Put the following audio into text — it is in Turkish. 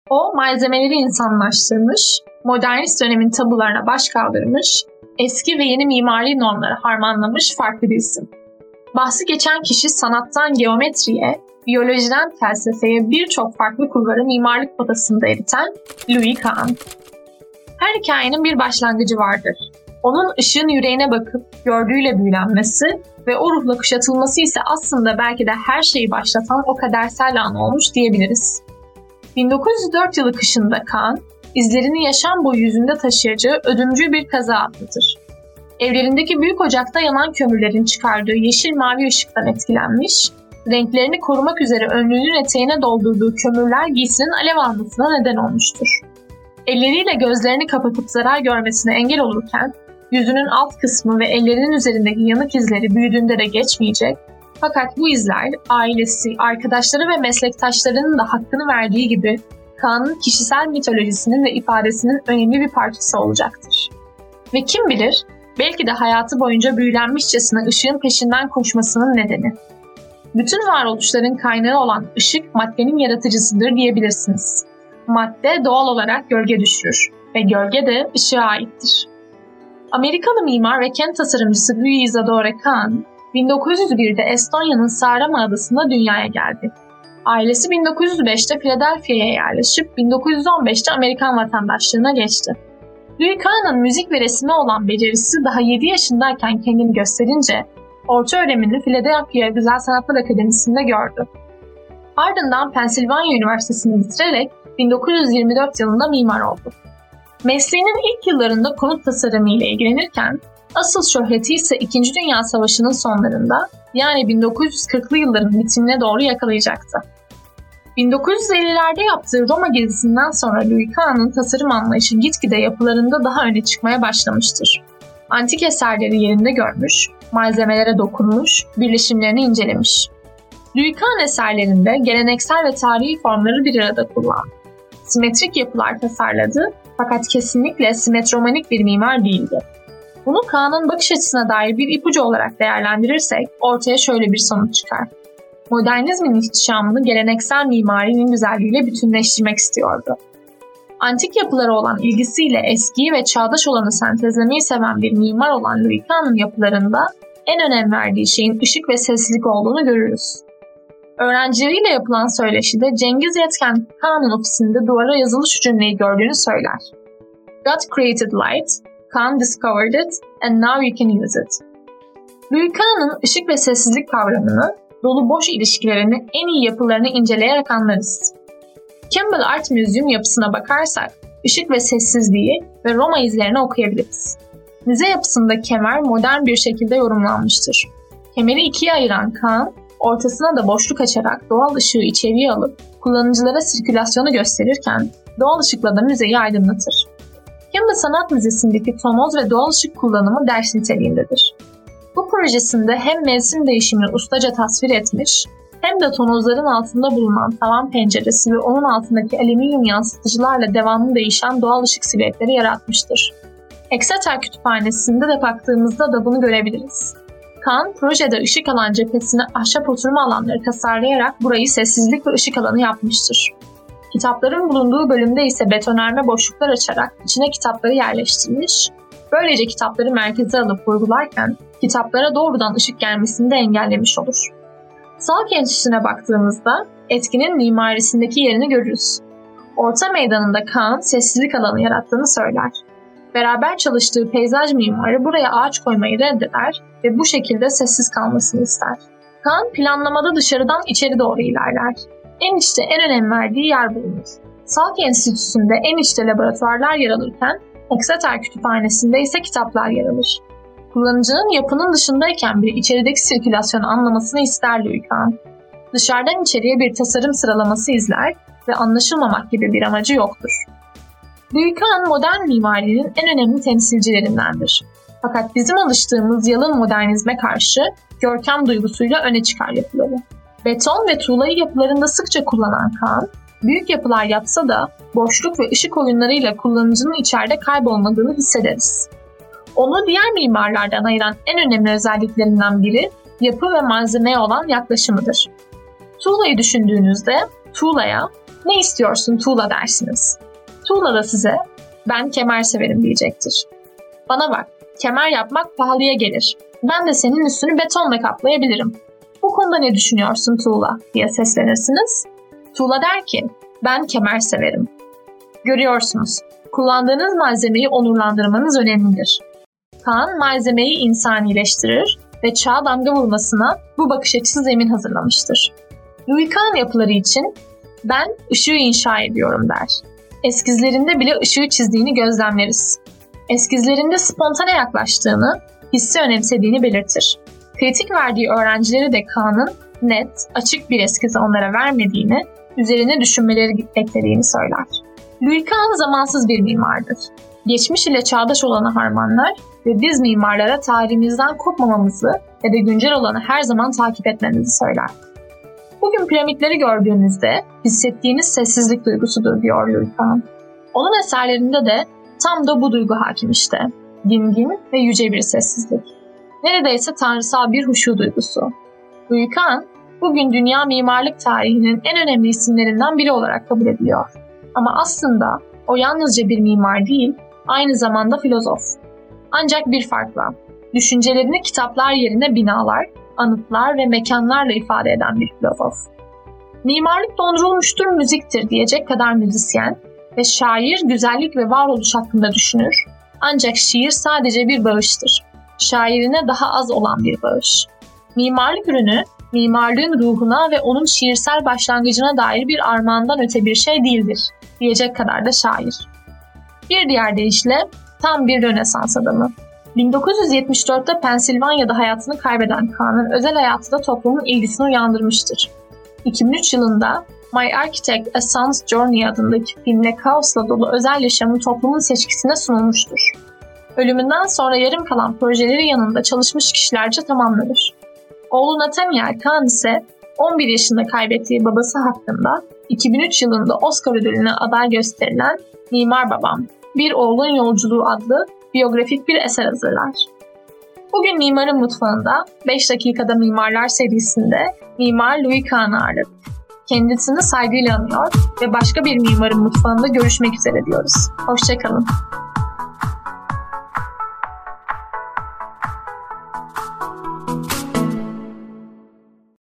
O malzemeleri insanlaştırmış, modernist dönemin tabularına baş kaldırmış, eski ve yeni mimari normları harmanlamış farklı bir isim. Bahsi geçen kişi sanattan geometriye, biyolojiden felsefeye birçok farklı kulvarı mimarlık potasında eriten Louis Kahn. Her hikayenin bir başlangıcı vardır. Onun ışığın yüreğine bakıp gördüğüyle büyülenmesi ve o ruhla kuşatılması ise aslında belki de her şeyi başlatan o kadersel an olmuş diyebiliriz. 1904 yılı kışında Kahn, izlerini yaşam boyu yüzünde taşıyacağı ödümcül bir kaza atlatır. Evlerindeki büyük ocakta yanan kömürlerin çıkardığı yeşil mavi ışıktan etkilenmiş, renklerini korumak üzere önlüğünün eteğine doldurduğu kömürler giysinin alev almasına neden olmuştur. Elleriyle gözlerini kapatıp zarar görmesine engel olurken, yüzünün alt kısmı ve ellerinin üzerindeki yanık izleri büyüdüğünde de geçmeyecek, fakat bu izler ailesi, arkadaşları ve meslektaşlarının da hakkını verdiği gibi Kahn'ın kişisel mitolojisinin ve ifadesinin önemli bir parçası olacaktır. Ve kim bilir, belki de hayatı boyunca büyülenmişçesine ışığın peşinden koşmasının nedeni. Bütün varoluşların kaynağı olan ışık maddenin yaratıcısıdır diyebilirsiniz. Madde doğal olarak gölge düşürür ve gölge de ışığa aittir. Amerikalı mimar ve kent tasarımcısı Louis Isadore Kahn, 1901'de Estonya'nın Saaremaa adasında dünyaya geldi. Ailesi 1905'te Philadelphia'ya yerleşip 1915'te Amerikan vatandaşlığına geçti. Louis Kahn'ın müzik ve resme olan becerisi daha 7 yaşındayken kendini gösterince orta öğrenimini Philadelphia Güzel Sanatlar Akademisi'nde gördü. Ardından Pennsylvania Üniversitesi'ni bitirerek 1924 yılında mimar oldu. Mesleğinin ilk yıllarında konut tasarımı ile ilgilenirken asıl şöhreti ise 2. Dünya Savaşı'nın sonlarında yani 1940'lı yılların bitimine doğru yakalayacaktı. 1950'lerde yaptığı Roma gezisinden sonra Louis Kahn'ın tasarım anlayışı gitgide yapılarında daha öne çıkmaya başlamıştır. Antik eserleri yerinde görmüş, malzemelere dokunmuş, birleşimlerini incelemiş. Louis Kahn eserlerinde geleneksel ve tarihi formları bir arada kullandı. Simetrik yapılar tasarladı fakat kesinlikle simetromanik bir mimar değildi. Bunu Kahn'ın bakış açısına dair bir ipucu olarak değerlendirirsek ortaya şöyle bir sonuç çıkar. Modernizmin ihtişamını geleneksel mimarinin güzelliğiyle bütünleştirmek istiyordu. Antik yapılara olan ilgisiyle eskiyi ve çağdaş olanı sentezlemeyi seven bir mimar olan Louis Kahn'ın yapılarında en önem verdiği şeyin ışık ve sessizlik olduğunu görürüz. Öğrencileriyle yapılan söyleşide Cengiz Yetken Kahn'ın ofisinde duvara yazılı şu cümleyi gördüğünü söyler. God created light, Kahn discovered it, and now you can use it. Louis Kahn'ın ışık ve sessizlik kavramını, dolu-boş ilişkilerini en iyi yapılarını inceleyerek anlarız. Campbell Art Museum yapısına bakarsak, ışık ve sessizliği ve Roma izlerini okuyabiliriz. Müze yapısında kemer modern bir şekilde yorumlanmıştır. Kemeri ikiye ayıran Kahn, ortasına da boşluk açarak doğal ışığı içeriye alıp kullanıcılara sirkülasyonu gösterirken doğal ışıkla da müzeyi aydınlatır. Campbell Sanat Müzesi'ndeki tonoz ve doğal ışık kullanımı ders niteliğindedir. Bu projesinde hem mevsim değişimini ustaca tasvir etmiş, hem de tonozların altında bulunan tavan penceresi ve onun altındaki alüminyum yansıtıcılarla devamlı değişen doğal ışık silüetleri yaratmıştır. Exeter Kütüphanesi'nde de baktığımızda da bunu görebiliriz. Kahn, projede ışık alan cephesine ahşap oturma alanları tasarlayarak burayı sessizlik ve ışık alanı yapmıştır. Kitapların bulunduğu bölümde ise betonarme boşluklar açarak içine kitapları yerleştirmiş, böylece kitapları merkeze alıp vurgularken kitaplara doğrudan ışık gelmesini de engellemiş olur. Sağ enstitüsüne baktığımızda etkinin mimarisindeki yerini görürüz. Orta meydanında Kahn sessizlik alanı yarattığını söyler. Beraber çalıştığı peyzaj mimarı buraya ağaç koymayı reddeder ve bu şekilde sessiz kalmasını ister. Kahn planlamada dışarıdan içeri doğru ilerler. En içte en önem verdiği yer bulunur. Salk Enstitüsü'nde en içte laboratuvarlar yer alırken Exeter Kütüphanesi'nde ise kitaplar yer alır. Kullanıcının yapının dışındayken bile içerideki sirkülasyonu anlamasını ister Louis Kahn. Dışarıdan içeriye bir tasarım sıralaması izler ve anlaşılmamak gibi bir amacı yoktur. Louis Kahn modern mimarinin en önemli temsilcilerindendir. Fakat bizim alıştığımız yalın modernizme karşı görkem duygusuyla öne çıkar yapıları. Beton ve tuğlayı yapılarında sıkça kullanan Kahn, büyük yapılar yapsa da boşluk ve ışık oyunlarıyla kullanıcının içeride kaybolmadığını hissederiz. Onu diğer mimarlardan ayıran en önemli özelliklerinden biri yapı ve malzemeye olan yaklaşımıdır. Tuğlayı düşündüğünüzde tuğlaya Ne istiyorsun Tuğla dersiniz. Tuğla da size ben kemer severim diyecektir. Bana bak, kemer yapmak pahalıya gelir. Ben de senin üstünü betonla kaplayabilirim. Bu konuda ne düşünüyorsun Tuğla diye seslenirsiniz. Tuğla der ki ben kemer severim. Görüyorsunuz, kullandığınız malzemeyi onurlandırmanız önemlidir. Kaan malzemeyi insanileştirir ve çağa damga vurmasına bu bakış açısı zemin hazırlamıştır. Louis Kahn yapıları için ben ışığı inşa ediyorum der. Eskizlerinde bile ışığı çizdiğini gözlemleriz. Eskizlerinde spontane yaklaştığını, hissi önemsediğini belirtir. Kritik verdiği öğrencileri de Kahn'ın net, açık bir eskizi onlara vermediğini, üzerine düşünmeleri beklediğini söyler. Louis Kahn zamansız bir mimardır. Geçmiş ile çağdaş olanı harmanlar ve biz mimarlara tarihimizden kopmamamızı ve de güncel olanı her zaman takip etmemizi söyler. Bugün piramitleri gördüğünüzde hissettiğiniz sessizlik duygusudur diyor Louis Kahn. Onun eserlerinde de tam da bu duygu hakim işte. Dingin ve yüce bir sessizlik. Neredeyse tanrısal bir huşu duygusu. Louis Kahn, bugün dünya mimarlık tarihinin en önemli isimlerinden biri olarak kabul ediliyor. Ama aslında o yalnızca bir mimar değil, aynı zamanda filozof. Ancak bir farkla, düşüncelerini kitaplar yerine binalar, anıtlar ve mekanlarla ifade eden bir filozof. Mimarlık dondurulmuştur müziktir diyecek kadar müzisyen ve şair güzellik ve varoluş hakkında düşünür. Ancak şiir sadece bir bağıştır. Şairine daha az olan bir bağış. Mimarlık ürünü, mimarlığın ruhuna ve onun şiirsel başlangıcına dair bir armağandan öte bir şey değildir diyecek kadar da şair. Bir diğer deyişle tam bir Rönesans adamı. 1974'te Pensilvanya'da hayatını kaybeden Kahn'ın özel hayatı da toplumun ilgisini uyandırmıştır. 2003 yılında My Architect A Son's Journey adındaki filmle kaosla dolu özel yaşamı toplumun seçkisine sunulmuştur. Ölümünden sonra yarım kalan projeleri yanında çalışmış kişilerce tamamlanır. Oğlu Nathaniel Kahn ise 11 yaşında kaybettiği babası hakkında 2003 yılında Oscar ödülüne aday gösterilen Mimar Babam, Bir Oğlun Yolculuğu adlı biyografik bir eser hazırlar. Bugün Mimarın Mutfağı'nda 5 dakikada Mimarlar serisinde Mimar Louis Kahn'ı ağırladık. Kendisini saygıyla anıyor ve başka bir Mimarın Mutfağı'nda görüşmek üzere diyoruz. Hoşça kalın.